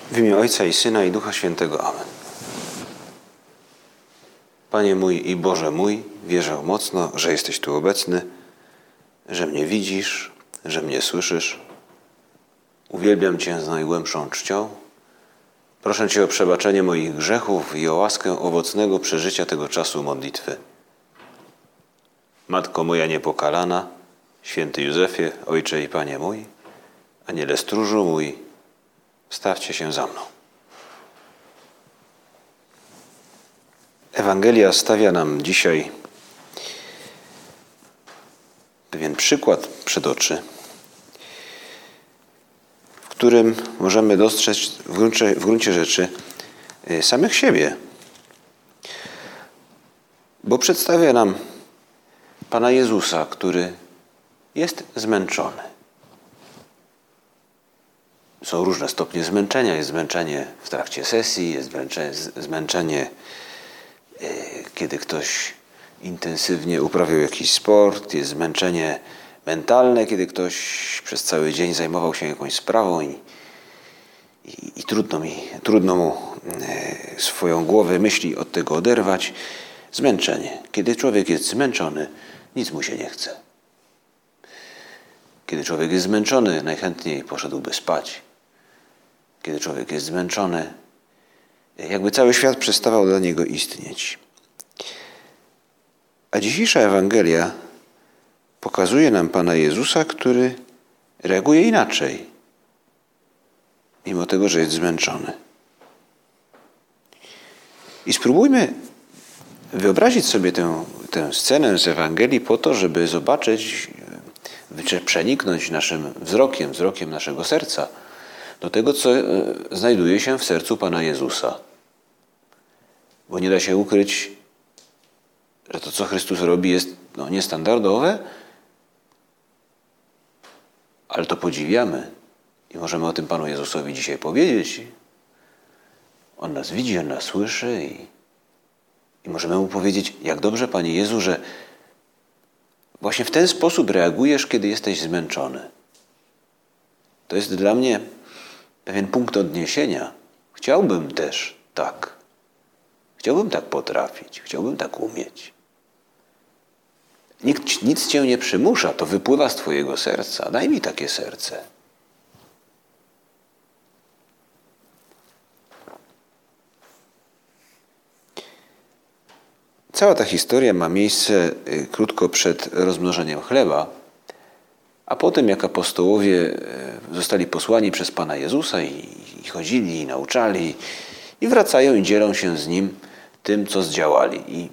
W imię Ojca i Syna i Ducha Świętego. Amen. Panie mój i Boże mój, wierzę mocno, że jesteś tu obecny, że mnie widzisz, że mnie słyszysz. Uwielbiam Cię z najgłębszą czcią. Proszę Cię o przebaczenie moich grzechów i o łaskę owocnego przeżycia tego czasu modlitwy. Matko moja niepokalana, święty Józefie, Ojcze i Panie mój, Aniele stróżu mój, stawcie się za mną. Ewangelia stawia nam dzisiaj pewien przykład przed oczy, w którym możemy dostrzec w gruncie rzeczy samych siebie. Bo przedstawia nam Pana Jezusa, który jest zmęczony. Są różne stopnie zmęczenia. Jest zmęczenie w trakcie sesji, jest zmęczenie, kiedy ktoś intensywnie uprawiał jakiś sport, jest zmęczenie mentalne, kiedy ktoś przez cały dzień zajmował się jakąś sprawą i trudno mu swoją głowę, myśli od tego oderwać. Zmęczenie. Kiedy człowiek jest zmęczony, nic mu się nie chce. Kiedy człowiek jest zmęczony, najchętniej poszedłby spać. Kiedy człowiek jest zmęczony, jakby cały świat przestawał dla niego istnieć. A dzisiejsza Ewangelia pokazuje nam Pana Jezusa, który reaguje inaczej, mimo tego, że jest zmęczony. I spróbujmy wyobrazić sobie tę scenę z Ewangelii po to, żeby zobaczyć, przeniknąć naszym wzrokiem naszego serca do tego, co znajduje się w sercu Pana Jezusa. Bo nie da się ukryć, że to, co Chrystus robi, jest niestandardowe, ale to podziwiamy i możemy o tym Panu Jezusowi dzisiaj powiedzieć. On nas widzi, On nas słyszy i możemy Mu powiedzieć, jak dobrze, Panie Jezu, że właśnie w ten sposób reagujesz, kiedy jesteś zmęczony. To jest dla mnie pewien punkt odniesienia. Chciałbym też tak. Chciałbym tak potrafić. Chciałbym tak umieć. Nikt nic Cię nie przymusza. To wypływa z Twojego serca. Daj mi takie serce. Cała ta historia ma miejsce krótko przed rozmnożeniem chleba, a potem jak apostołowie zostali posłani przez Pana Jezusa i chodzili, i nauczali, i wracają i dzielą się z Nim tym, co zdziałali. I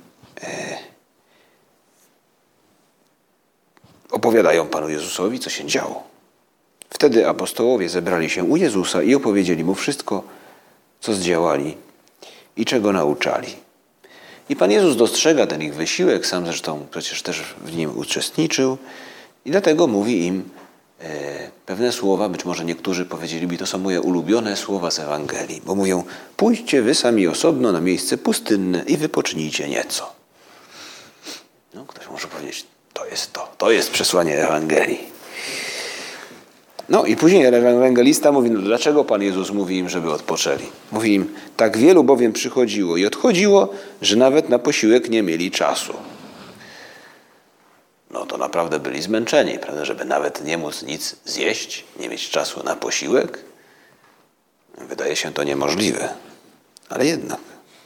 opowiadają Panu Jezusowi, co się działo. Wtedy apostołowie zebrali się u Jezusa i opowiedzieli Mu wszystko, co zdziałali i czego nauczali. I Pan Jezus dostrzega ten ich wysiłek, sam zresztą przecież też w nim uczestniczył i dlatego mówi im pewne słowa, być może niektórzy powiedzieliby, to są moje ulubione słowa z Ewangelii, bo mówią, pójdźcie wy sami osobno na miejsce pustynne i wypocznijcie nieco. No, ktoś może powiedzieć, to jest przesłanie Ewangelii. No i później ewangelista mówi, dlaczego Pan Jezus mówi im, żeby odpoczęli? Mówi im, tak wielu bowiem przychodziło i odchodziło, że nawet na posiłek nie mieli czasu. No to naprawdę byli zmęczeni, prawda, żeby nawet nie móc nic zjeść, nie mieć czasu na posiłek. Wydaje się to niemożliwe, ale jednak.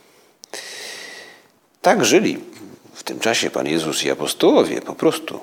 Tak żyli w tym czasie Pan Jezus i apostołowie po prostu.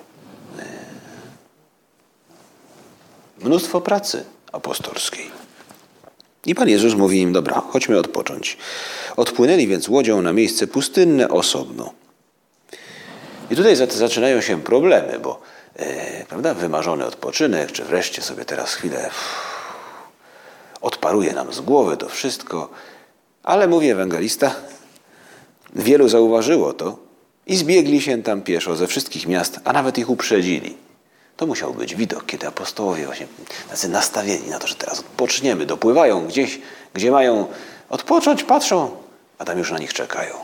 Mnóstwo pracy apostolskiej. I Pan Jezus mówi im, dobra, chodźmy odpocząć. Odpłynęli więc łodzią na miejsce pustynne osobno. I tutaj zaczynają się problemy, bo prawda, wymarzony odpoczynek, czy wreszcie sobie teraz chwilę odparuje nam z głowy to wszystko, ale mówi ewangelista, wielu zauważyło to i zbiegli się tam pieszo ze wszystkich miast, a nawet ich uprzedzili. To musiał być widok, kiedy apostołowie właśnie tacy nastawieni na to, że teraz odpoczniemy, dopływają gdzieś, gdzie mają odpocząć, patrzą, a tam już na nich czekają.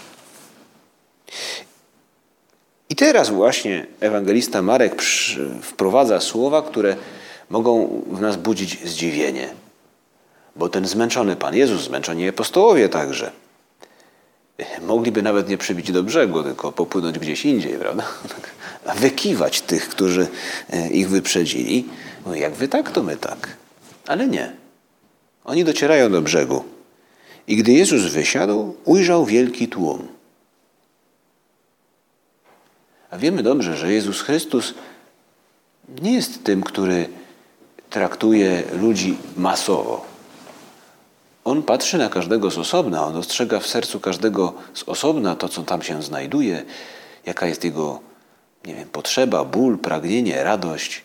I teraz właśnie ewangelista Marek wprowadza słowa, które mogą w nas budzić zdziwienie. Bo ten zmęczony Pan Jezus, zmęczeni apostołowie także, mogliby nawet nie przybić do brzegu, tylko popłynąć gdzieś indziej, prawda? A wykiwać tych, którzy ich wyprzedzili. No jak wy tak, to my tak. Ale nie. Oni docierają do brzegu. I gdy Jezus wysiadł, ujrzał wielki tłum. A wiemy dobrze, że Jezus Chrystus nie jest tym, który traktuje ludzi masowo. On patrzy na każdego z osobna, on dostrzega w sercu każdego z osobna to, co tam się znajduje, jaka jest jego, potrzeba, ból, pragnienie, radość.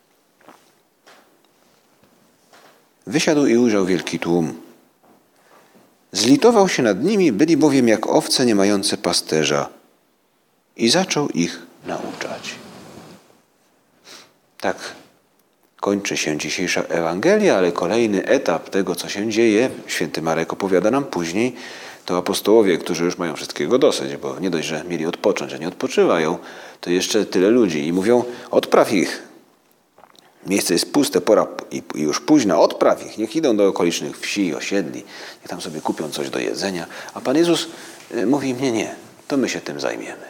Wysiadł i ujrzał wielki tłum. Zlitował się nad nimi, byli bowiem jak owce nie mające pasterza i zaczął ich nauczać. Tak kończy się dzisiejsza Ewangelia, ale kolejny etap tego, co się dzieje, święty Marek opowiada nam później, to apostołowie, którzy już mają wszystkiego dosyć, bo nie dość, że mieli odpocząć, a nie odpoczywają, to jeszcze tyle ludzi i mówią, odpraw ich. Miejsce jest puste, pora i już późna, odpraw ich, niech idą do okolicznych wsi i osiedli, niech tam sobie kupią coś do jedzenia. A Pan Jezus mówi, nie, to my się tym zajmiemy.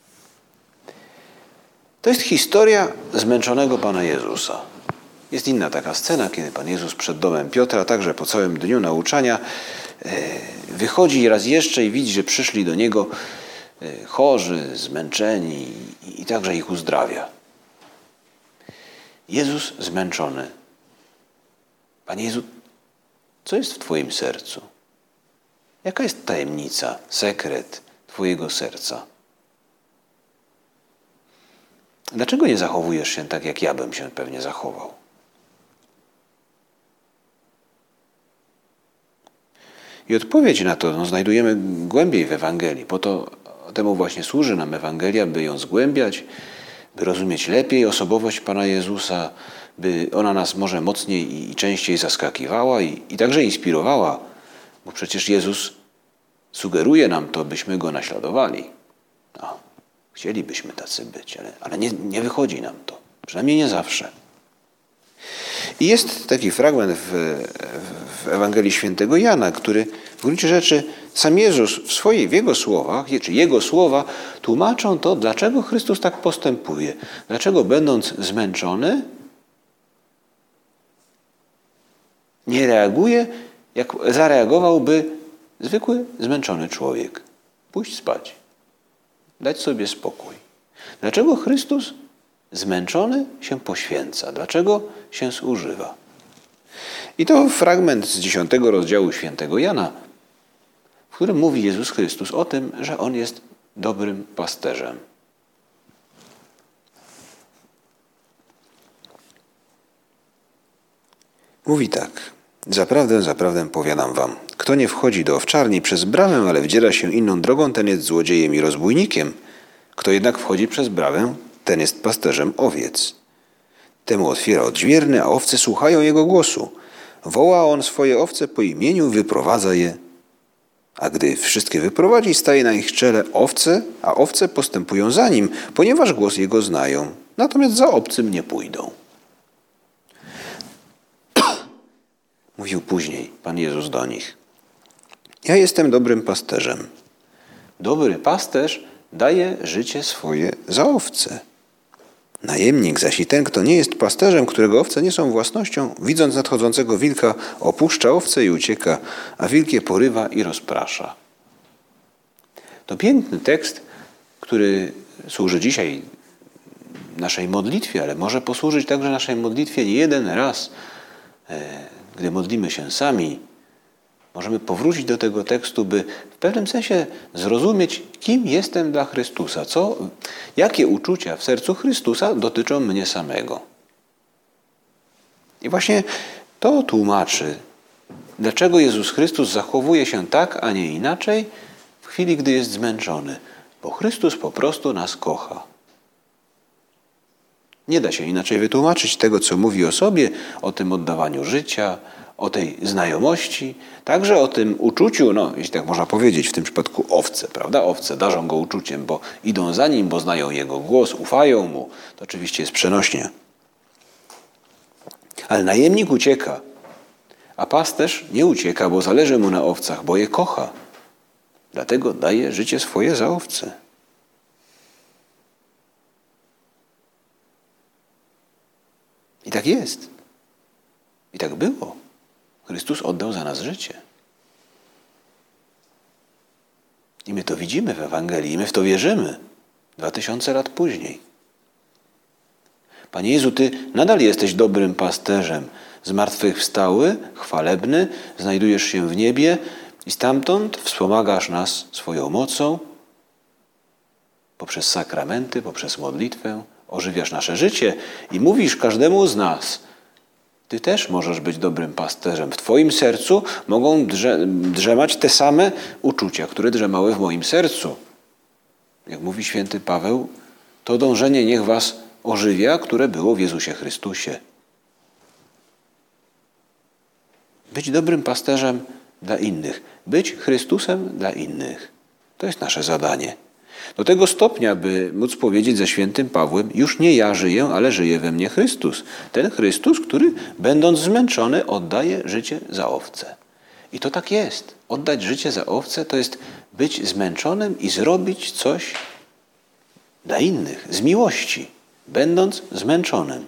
To jest historia zmęczonego Pana Jezusa. Jest inna taka scena, kiedy Pan Jezus przed domem Piotra, także po całym dniu nauczania, wychodzi raz jeszcze i widzi, że przyszli do Niego chorzy, zmęczeni i także ich uzdrawia. Jezus zmęczony. Panie Jezu, co jest w Twoim sercu? Jaka jest tajemnica, sekret Twojego serca? Dlaczego nie zachowujesz się tak, jak ja bym się pewnie zachował? I odpowiedź na to znajdujemy głębiej w Ewangelii. Po to temu właśnie służy nam Ewangelia, by ją zgłębiać, by rozumieć lepiej osobowość Pana Jezusa, by ona nas może mocniej i częściej zaskakiwała i także inspirowała, bo przecież Jezus sugeruje nam to, byśmy Go naśladowali. No, chcielibyśmy tacy być, ale nie wychodzi nam to. Przynajmniej nie zawsze. I jest taki fragment w Ewangelii Świętego Jana, który w gruncie rzeczy sam Jezus w Jego słowach, czy Jego słowa tłumaczą to, dlaczego Chrystus tak postępuje. Dlaczego będąc zmęczony nie reaguje, jak zareagowałby zwykły zmęczony człowiek. Pójść spać. Dać sobie spokój. Dlaczego Chrystus zmęczony się poświęca? Dlaczego się zużywa? I to fragment z 10 rozdziału Świętego Jana, w którym mówi Jezus Chrystus o tym, że On jest dobrym pasterzem. Mówi tak. Zaprawdę, zaprawdę powiadam wam, kto nie wchodzi do owczarni przez bramę, ale wdziera się inną drogą, ten jest złodziejem i rozbójnikiem. Kto jednak wchodzi przez bramę, ten jest pasterzem owiec. Temu otwiera odźwierny, a owce słuchają jego głosu. Woła on swoje owce po imieniu, wyprowadza je. A gdy wszystkie wyprowadzi, staje na ich czele a owce postępują za nim, ponieważ głos jego znają. Natomiast za obcym nie pójdą. Mówił później Pan Jezus do nich. Ja jestem dobrym pasterzem. Dobry pasterz daje życie swoje za owce. Najemnik zaś i ten, kto nie jest pasterzem, którego owce nie są własnością, widząc nadchodzącego wilka, opuszcza owce i ucieka, a wilk je porywa i rozprasza. To piękny tekst, który służy dzisiaj naszej modlitwie, ale może posłużyć także naszej modlitwie nie jeden raz. Gdy modlimy się sami, możemy powrócić do tego tekstu, by w pewnym sensie zrozumieć, kim jestem dla Chrystusa, jakie uczucia w sercu Chrystusa dotyczą mnie samego. I właśnie to tłumaczy, dlaczego Jezus Chrystus zachowuje się tak, a nie inaczej w chwili, gdy jest zmęczony. Bo Chrystus po prostu nas kocha. Nie da się inaczej wytłumaczyć tego, co mówi o sobie, o tym oddawaniu życia, o tej znajomości, także o tym uczuciu, jeśli tak można powiedzieć, w tym przypadku owce, prawda? Owce darzą go uczuciem, bo idą za nim, bo znają jego głos, ufają mu. To oczywiście jest przenośnie. Ale najemnik ucieka, A pasterz nie ucieka, bo zależy mu na owcach, bo je kocha. Dlatego daje życie swoje za owce. I tak jest. I tak było. Chrystus oddał za nas życie. I my to widzimy w Ewangelii, i my w to wierzymy 2000 lat później. Panie Jezu, Ty nadal jesteś dobrym pasterzem, zmartwychwstały, chwalebny, znajdujesz się w niebie i stamtąd wspomagasz nas swoją mocą, poprzez sakramenty, poprzez modlitwę, ożywiasz nasze życie i mówisz każdemu z nas, Ty też możesz być dobrym pasterzem. W Twoim sercu mogą drzemać te same uczucia, które drzemały w moim sercu. Jak mówi święty Paweł, to dążenie niech was ożywia, które było w Jezusie Chrystusie. Być dobrym pasterzem dla innych. Być Chrystusem dla innych. To jest nasze zadanie. Do tego stopnia, by móc powiedzieć ze świętym Pawłem, już nie ja żyję, ale żyje we mnie Chrystus. Ten Chrystus, który będąc zmęczony oddaje życie za owce. I to tak jest. Oddać życie za owce to jest być zmęczonym i zrobić coś dla innych, z miłości, będąc zmęczonym.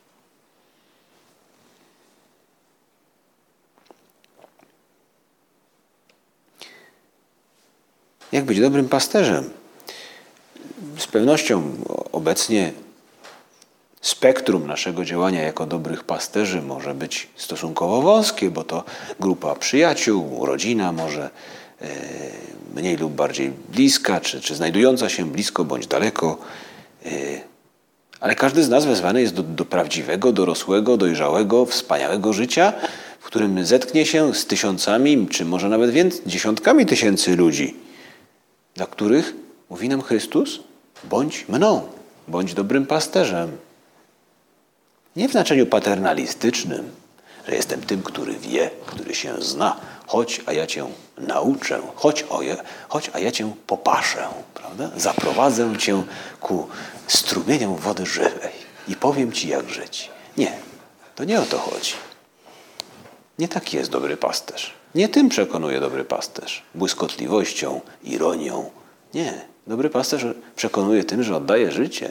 Jak być dobrym pasterzem? Z pewnością obecnie spektrum naszego działania jako dobrych pasterzy może być stosunkowo wąskie, bo to grupa przyjaciół, rodzina może mniej lub bardziej bliska, czy znajdująca się blisko bądź daleko. Ale każdy z nas wezwany jest do prawdziwego, dorosłego, dojrzałego, wspaniałego życia, w którym zetknie się z tysiącami, czy może nawet dziesiątkami tysięcy ludzi, dla których mówi nam Chrystus, bądź mną, bądź dobrym pasterzem. Nie w znaczeniu paternalistycznym, że jestem tym, który wie, który się zna. Chodź, a ja cię nauczę. Chodź, a ja cię popaszę. Prawda? Zaprowadzę cię ku strumieniom wody żywej i powiem ci, jak żyć. Nie, to nie o to chodzi. Nie taki jest dobry pasterz. Nie tym przekonuje dobry pasterz. Błyskotliwością, ironią. Nie. Dobry pasterz przekonuje tym, że oddaje życie.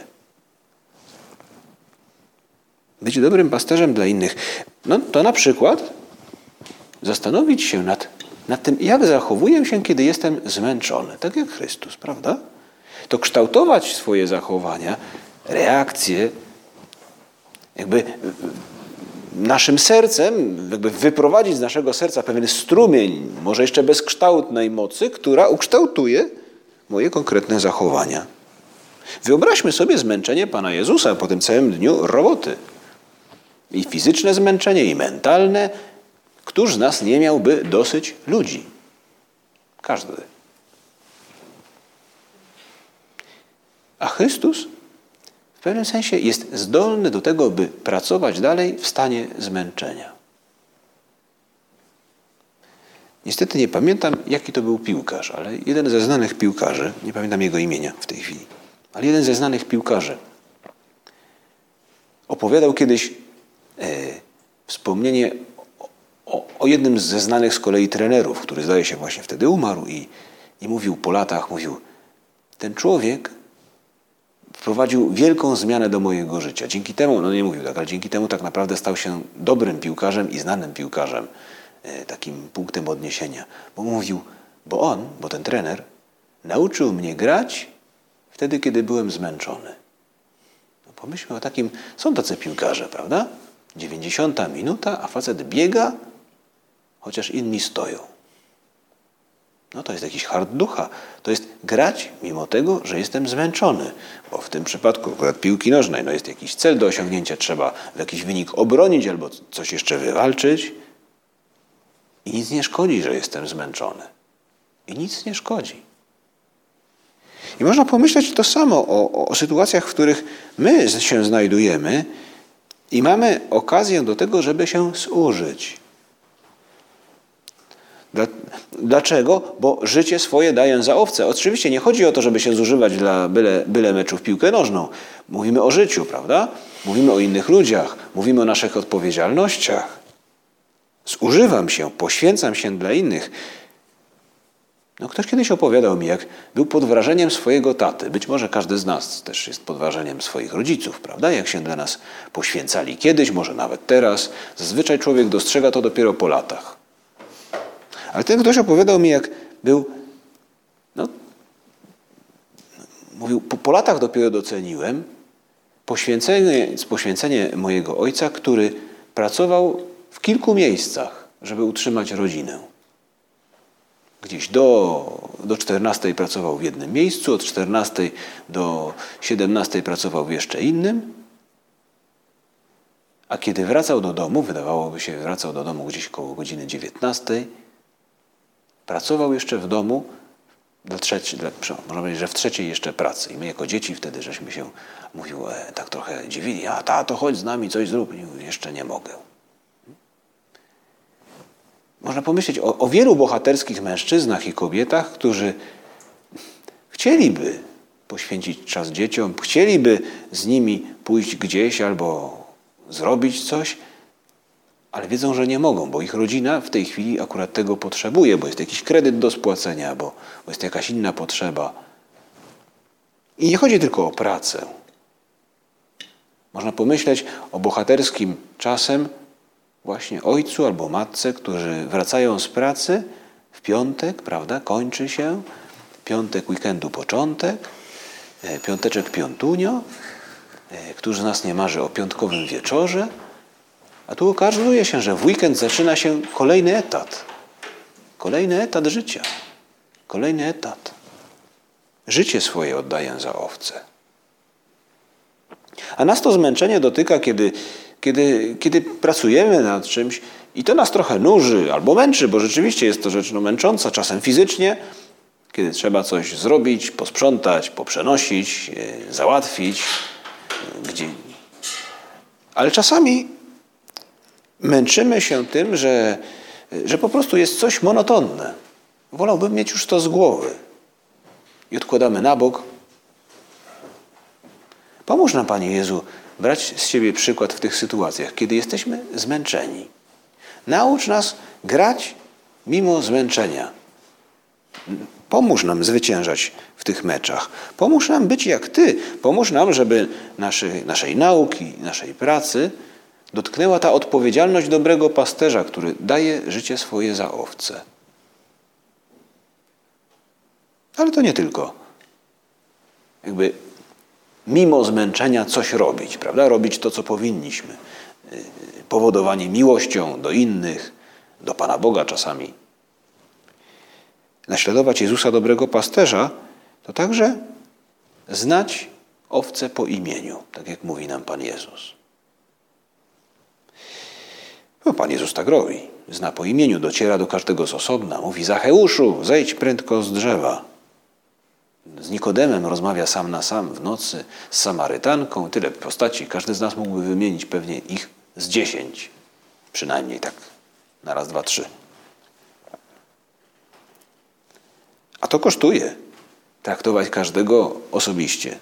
Być dobrym pasterzem dla innych. No to na przykład zastanowić się nad tym, jak zachowuję się, kiedy jestem zmęczony. Tak jak Chrystus, prawda? To kształtować swoje zachowania, reakcje, jakby naszym sercem, jakby wyprowadzić z naszego serca pewien strumień, może jeszcze bezkształtnej mocy, która ukształtuje moje konkretne zachowania. Wyobraźmy sobie zmęczenie Pana Jezusa po tym całym dniu roboty. I fizyczne zmęczenie, i mentalne. Któż z nas nie miałby dosyć ludzi? Każdy. A Chrystus w pewnym sensie jest zdolny do tego, by pracować dalej w stanie zmęczenia. Niestety nie pamiętam, jaki to był piłkarz, ale jeden ze znanych piłkarzy, nie pamiętam jego imienia w tej chwili, ale jeden ze znanych piłkarzy opowiadał kiedyś wspomnienie o jednym ze znanych z kolei trenerów, który zdaje się właśnie wtedy umarł i mówił po latach, ten człowiek wprowadził wielką zmianę do mojego życia. Dzięki temu, no nie mówił tak, ale dzięki temu tak naprawdę stał się dobrym piłkarzem i znanym piłkarzem, takim punktem odniesienia. Bo mówił, bo ten trener nauczył mnie grać wtedy, kiedy byłem zmęczony. No pomyślmy o takim, są tacy piłkarze, prawda? 90 minuta, a facet biega, chociaż inni stoją. No to jest jakiś hart ducha. To jest grać mimo tego, że jestem zmęczony. Bo w tym przypadku akurat piłki nożnej jest jakiś cel do osiągnięcia. Trzeba jakiś wynik obronić albo coś jeszcze wywalczyć. I nic nie szkodzi, że jestem zmęczony. I nic nie szkodzi. I można pomyśleć to samo o sytuacjach, w których my się znajdujemy i mamy okazję do tego, żeby się zużyć. Dlaczego? Bo życie swoje daję za owce. Oczywiście nie chodzi o to, żeby się zużywać dla byle meczu w piłkę nożną. Mówimy o życiu, prawda? Mówimy o innych ludziach. Mówimy o naszych odpowiedzialnościach. używam się, poświęcam się dla innych. No, ktoś kiedyś opowiadał mi, jak był pod wrażeniem swojego taty. Być może każdy z nas też jest pod wrażeniem swoich rodziców, prawda? Jak się dla nas poświęcali kiedyś, może nawet teraz. Zazwyczaj człowiek dostrzega to dopiero po latach. Ale ten ktoś opowiadał mi, jak był, mówił, po latach dopiero doceniłem poświęcenie mojego ojca, który pracował w kilku miejscach, żeby utrzymać rodzinę. Gdzieś do 14 pracował w jednym miejscu, od 14 do 17 pracował w jeszcze innym. A kiedy wracał do domu, wydawałoby się, wracał do domu gdzieś koło godziny 19, pracował jeszcze w domu, można powiedzieć, że w trzeciej jeszcze pracy. I my jako dzieci wtedy żeśmy się, tak trochę dziwili, a tato, chodź z nami, coś zrób. Jeszcze nie mogę. Można pomyśleć o wielu bohaterskich mężczyznach i kobietach, którzy chcieliby poświęcić czas dzieciom, chcieliby z nimi pójść gdzieś albo zrobić coś, ale wiedzą, że nie mogą, bo ich rodzina w tej chwili akurat tego potrzebuje, bo jest jakiś kredyt do spłacenia, bo jest jakaś inna potrzeba. I nie chodzi tylko o pracę. Można pomyśleć o bohaterskim czasem właśnie ojcu albo matce, którzy wracają z pracy w piątek, prawda, kończy się, piątek weekendu początek, piąteczek piątunio, któż z nas nie marzy o piątkowym wieczorze, a tu okazuje się, że w weekend zaczyna się kolejny etat życia, kolejny etat. Życie swoje oddaję za owce. A nas to zmęczenie dotyka, kiedy pracujemy nad czymś i to nas trochę nuży albo męczy, bo rzeczywiście jest to rzecz męcząca, czasem fizycznie, kiedy trzeba coś zrobić, posprzątać, poprzenosić, załatwić. Ale czasami męczymy się tym, że po prostu jest coś monotonne. Wolałbym mieć już to z głowy. I odkładamy na bok. Pomóż nam, Panie Jezu, brać z siebie przykład w tych sytuacjach, kiedy jesteśmy zmęczeni. Naucz nas grać mimo zmęczenia. Pomóż nam zwyciężać w tych meczach. Pomóż nam być jak Ty. Pomóż nam, żeby naszej nauki, naszej pracy dotknęła ta odpowiedzialność dobrego pasterza, który daje życie swoje za owce. Ale to nie tylko. Mimo zmęczenia coś robić, prawda? Robić to, co powinniśmy. Powodowanie miłością do innych, do Pana Boga czasami. Naśladować Jezusa dobrego pasterza to także znać owce po imieniu, tak jak mówi nam Pan Jezus. No, Pan Jezus tak robi. Zna po imieniu, dociera do każdego z osobna. Mówi: Zacheuszu, zejdź prędko z drzewa. Z Nikodemem rozmawia sam na sam w nocy, z Samarytanką. Tyle postaci. Każdy z nas mógłby wymienić pewnie ich z 10. Przynajmniej tak na raz, dwa, trzy. A to kosztuje. Traktować każdego osobiście.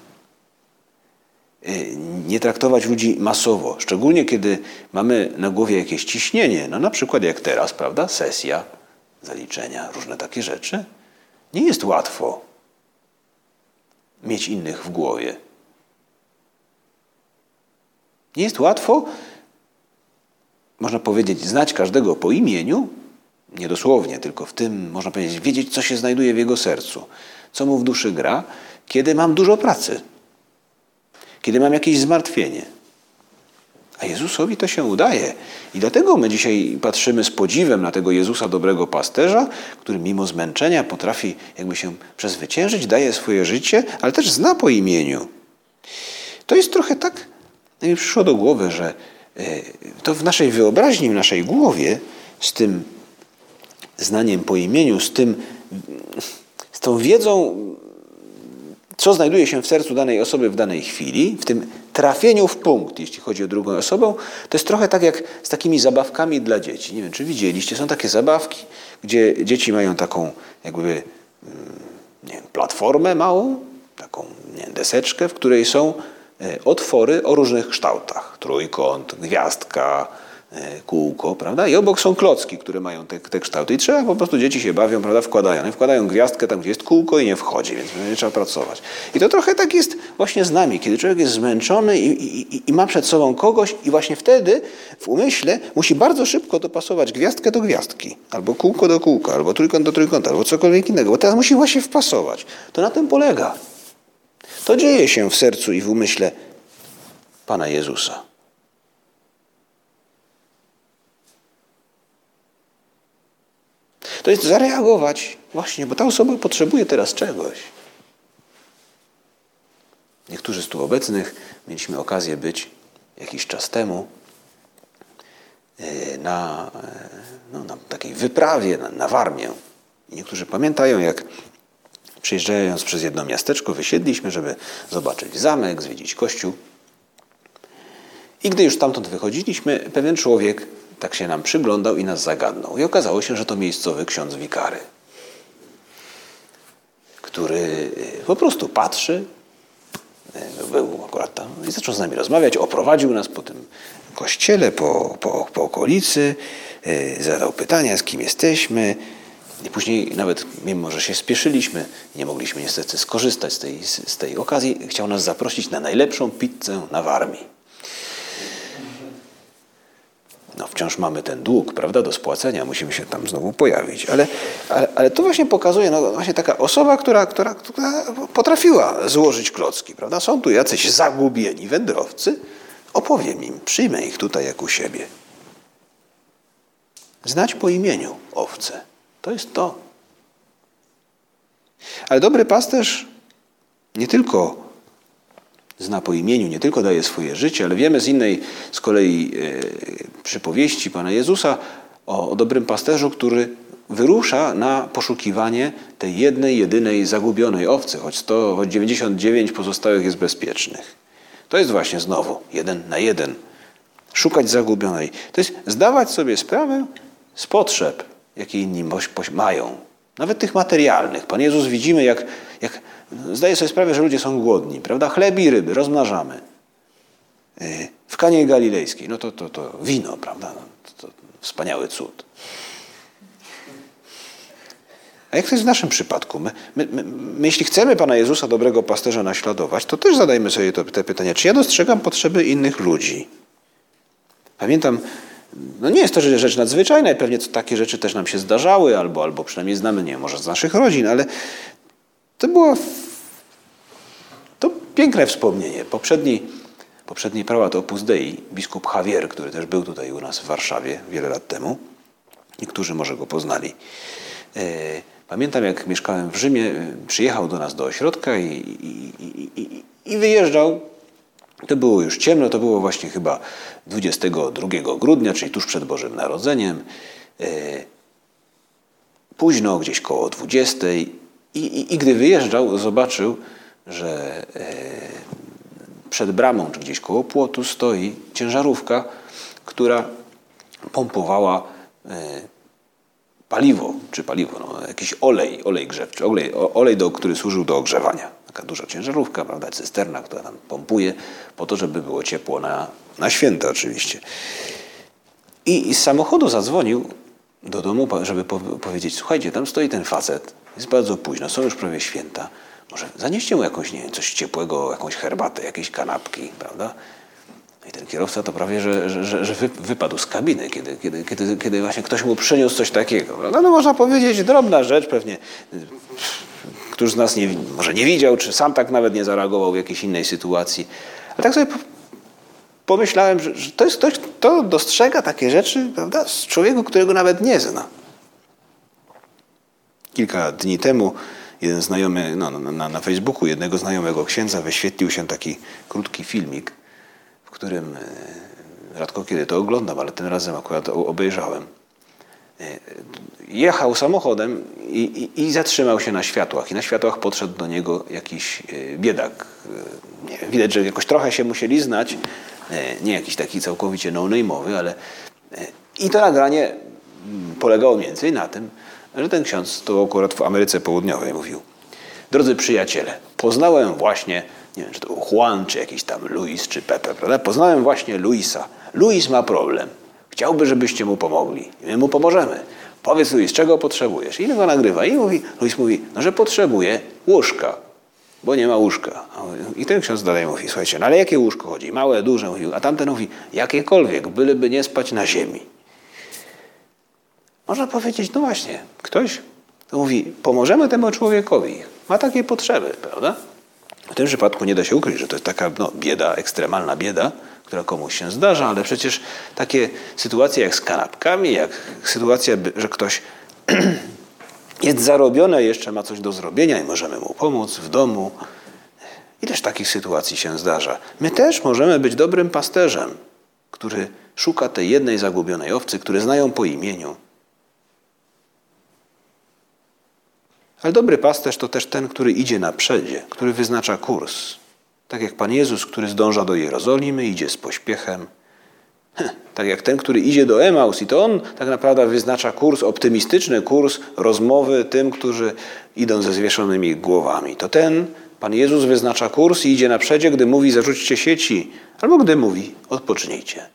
Nie traktować ludzi masowo. Szczególnie kiedy mamy na głowie jakieś ciśnienie. No na przykład jak teraz, prawda? Sesja, zaliczenia, różne takie rzeczy. Nie jest łatwo mieć innych w głowie. Nie jest łatwo, można powiedzieć, znać każdego po imieniu, nie dosłownie, tylko w tym, można powiedzieć, wiedzieć, co się znajduje w jego sercu, co mu w duszy gra, kiedy mam dużo pracy, kiedy mam jakieś zmartwienie. A Jezusowi to się udaje. I dlatego my dzisiaj patrzymy z podziwem na tego Jezusa dobrego pasterza, który mimo zmęczenia potrafi jakby się przezwyciężyć, daje swoje życie, ale też zna po imieniu. To jest trochę tak, mi przyszło do głowy, że to w naszej wyobraźni, w naszej głowie z tym znaniem po imieniu, z tą wiedzą, co znajduje się w sercu danej osoby w danej chwili, w tym trafieniu w punkt, jeśli chodzi o drugą osobę, to jest trochę tak jak z takimi zabawkami dla dzieci. Nie wiem, czy widzieliście, są takie zabawki, gdzie dzieci mają taką jakby platformę małą, taką deseczkę, w której są otwory o różnych kształtach. Trójkąt, gwiazdka, kółko, prawda? I obok są klocki, które mają te kształty. I trzeba po prostu, dzieci się bawią, prawda? Wkładają. Wkładają gwiazdkę tam, gdzie jest kółko i nie wchodzi, więc nie trzeba pracować. I to trochę tak jest właśnie z nami, kiedy człowiek jest zmęczony i ma przed sobą kogoś i właśnie wtedy w umyśle musi bardzo szybko dopasować gwiazdkę do gwiazdki, albo kółko do kółka, albo trójkąt do trójkąta, albo cokolwiek innego, bo teraz musi właśnie wpasować. To na tym polega. To dzieje się w sercu i w umyśle Pana Jezusa. To jest zareagować właśnie, bo ta osoba potrzebuje teraz czegoś. Niektórzy z tu obecnych mieliśmy okazję być jakiś czas temu na takiej wyprawie na Warmię. I niektórzy pamiętają, jak przejeżdżając przez jedno miasteczko, wysiedliśmy, żeby zobaczyć zamek, zwiedzić kościół. I gdy już stamtąd wychodziliśmy, pewien człowiek tak się nam przyglądał i nas zagadnął. I okazało się, że to miejscowy ksiądz wikary, który po prostu patrzy, był akurat tam i zaczął z nami rozmawiać, oprowadził nas po tym kościele, po okolicy, zadał pytania, z kim jesteśmy. I później nawet, mimo że się spieszyliśmy, nie mogliśmy niestety skorzystać z tej okazji, chciał nas zaprosić na najlepszą pizzę na Warmii. No wciąż mamy ten dług, prawda, do spłacenia, musimy się tam znowu pojawić. Ale to właśnie pokazuje, no właśnie taka osoba, która potrafiła złożyć klocki, prawda. Są tu jacyś zagubieni wędrowcy, opowiem im, przyjmę ich tutaj jak u siebie. Znać po imieniu owce, to jest to. Ale dobry pasterz nie tylko zna po imieniu, nie tylko daje swoje życie, ale wiemy z innej z kolei przypowieści Pana Jezusa o dobrym pasterzu, który wyrusza na poszukiwanie tej jednej, jedynej zagubionej owcy, choć 99 pozostałych jest bezpiecznych. To jest właśnie znowu 1 na 1. Szukać zagubionej. To jest zdawać sobie sprawę z potrzeb, jakie inni mają. Nawet tych materialnych. Pan Jezus widzimy, jak zdaje sobie sprawę, że ludzie są głodni, prawda? Chleb i ryby rozmnażamy. W Kanie Galilejskiej, no to wino, prawda? No, to wspaniały cud. A jak to jest w naszym przypadku? My, jeśli chcemy Pana Jezusa, dobrego pasterza, naśladować, to też zadajmy sobie te pytania. Czy ja dostrzegam potrzeby innych ludzi? Pamiętam, no nie jest to rzecz nadzwyczajna i pewnie takie rzeczy też nam się zdarzały, albo przynajmniej znamy, nie wiem, może z naszych rodzin, ale to było piękne wspomnienie. Poprzedni prałat Opus Dei, biskup Javier, który też był tutaj u nas w Warszawie wiele lat temu. Niektórzy może go poznali. Pamiętam, jak mieszkałem w Rzymie, przyjechał do nas do ośrodka i wyjeżdżał. To było już ciemno, to było właśnie chyba 22 grudnia, czyli tuż przed Bożym Narodzeniem. Późno, gdzieś koło 20. I gdy wyjeżdżał, zobaczył, że przed bramą, czy gdzieś koło płotu stoi ciężarówka, która pompowała paliwo, jakiś olej grzewczy, który służył do ogrzewania. Taka duża ciężarówka, prawda, cysterna, która tam pompuje po to, żeby było ciepło na święta oczywiście. I z samochodu zadzwonił do domu, żeby powiedzieć, słuchajcie, tam stoi ten facet, jest bardzo późno, są już prawie święta, może zanieście mu jakąś, nie wiem, coś ciepłego, jakąś herbatę, jakieś kanapki, prawda? I ten kierowca to prawie, że wypadł z kabiny, kiedy właśnie ktoś mu przyniósł coś takiego. Prawda? No można powiedzieć, drobna rzecz, pewnie któż z nas może nie widział, czy sam tak nawet nie zareagował w jakiejś innej sytuacji. Ale tak sobie pomyślałem, że to jest ktoś, kto dostrzega takie rzeczy, prawda, z człowieku, którego nawet nie zna. Kilka dni temu jeden znajomy, na Facebooku jednego znajomego księdza wyświetlił się taki krótki filmik, w którym rzadko kiedy to oglądam, ale tym razem akurat obejrzałem. Jechał samochodem i zatrzymał się na światłach. I na światłach podszedł do niego jakiś biedak. Widać, że jakoś trochę się musieli znać. Nie jakiś taki całkowicie no-name'owy, ale... I to nagranie polegało mniej więcej na tym, że ten ksiądz, to akurat w Ameryce Południowej, mówił: drodzy przyjaciele, poznałem właśnie, nie wiem, czy to Juan, czy jakiś tam Luis, czy Pepe, prawda? Poznałem właśnie Luisa. Luis ma problem. Chciałby, żebyście mu pomogli. I my mu pomożemy. Powiedz, Luis, czego potrzebujesz? I go nagrywa. I Luis mówi, no, że potrzebuje łóżka, bo nie ma łóżka. I ten ksiądz dalej mówi, słuchajcie, no ale jakie łóżko chodzi? Małe, duże? A tamten mówi, jakiekolwiek, byleby nie spać na ziemi. Można powiedzieć, no właśnie, ktoś to mówi, pomożemy temu człowiekowi. Ma takie potrzeby, prawda? W tym przypadku nie da się ukryć, że to jest taka bieda, ekstremalna bieda, która komuś się zdarza, ale przecież takie sytuacje jak z kanapkami, jak sytuacja, że ktoś jest zarobiony, jeszcze ma coś do zrobienia i możemy mu pomóc w domu. Ileż takich sytuacji się zdarza. My też możemy być dobrym pasterzem, który szuka tej jednej zagubionej owcy, który znają po imieniu. Ale dobry pasterz to też ten, który idzie na przodzie, który wyznacza kurs. Tak jak Pan Jezus, który zdąża do Jerozolimy, idzie z pośpiechem. Tak jak ten, który idzie do Emaus i to on tak naprawdę wyznacza kurs, optymistyczny kurs rozmowy tym, którzy idą ze zwieszonymi głowami. To ten, Pan Jezus wyznacza kurs i idzie na przodzie, gdy mówi zarzućcie sieci, albo gdy mówi odpocznijcie.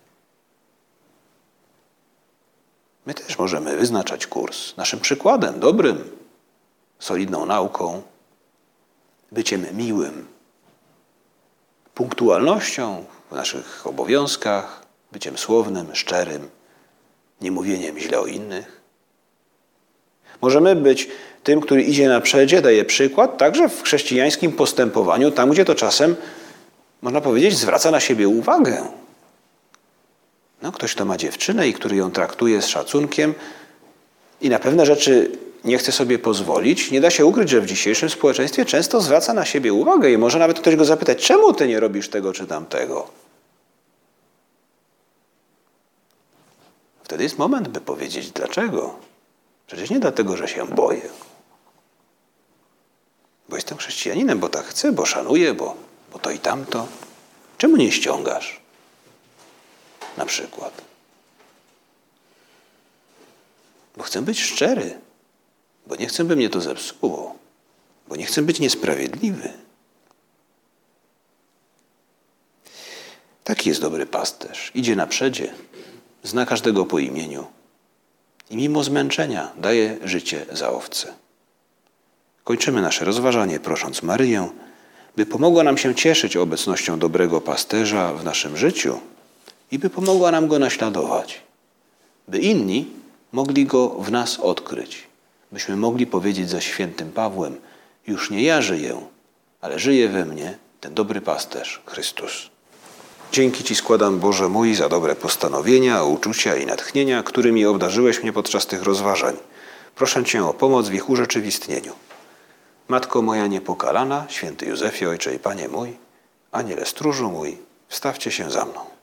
My też możemy wyznaczać kurs naszym przykładem, dobrym, solidną nauką, byciem miłym, punktualnością w naszych obowiązkach, byciem słownym, szczerym, niemówieniem źle o innych. Możemy być tym, który idzie na przodzie, daje przykład, także w chrześcijańskim postępowaniu, tam gdzie to czasem, można powiedzieć, zwraca na siebie uwagę. No, ktoś, kto ma dziewczynę i który ją traktuje z szacunkiem i na pewne rzeczy nie chce sobie pozwolić, nie da się ukryć, że w dzisiejszym społeczeństwie często zwraca na siebie uwagę i może nawet ktoś go zapytać, czemu ty nie robisz tego czy tamtego? Wtedy jest moment, by powiedzieć dlaczego. Przecież nie dlatego, że się boję. Bo jestem chrześcijaninem, bo tak chcę, bo szanuję, bo to i tamto. Czemu nie ściągasz? Na przykład. Bo chcę być szczery. Bo nie chcę, by mnie to zepsuło. Bo nie chcę być niesprawiedliwy. Taki jest dobry pasterz. Idzie na przodzie, zna każdego po imieniu i mimo zmęczenia daje życie za owce. Kończymy nasze rozważanie prosząc Maryję, by pomogła nam się cieszyć obecnością dobrego pasterza w naszym życiu i by pomogła nam go naśladować, by inni mogli go w nas odkryć, byśmy mogli powiedzieć za świętym Pawłem, już nie ja żyję, ale żyje we mnie ten dobry pasterz, Chrystus. Dzięki Ci składam, Boże mój, za dobre postanowienia, uczucia i natchnienia, którymi obdarzyłeś mnie podczas tych rozważań. Proszę Cię o pomoc w ich urzeczywistnieniu. Matko moja niepokalana, święty Józefie, Ojcze i Panie mój, Aniele stróżu mój, wstawcie się za mną.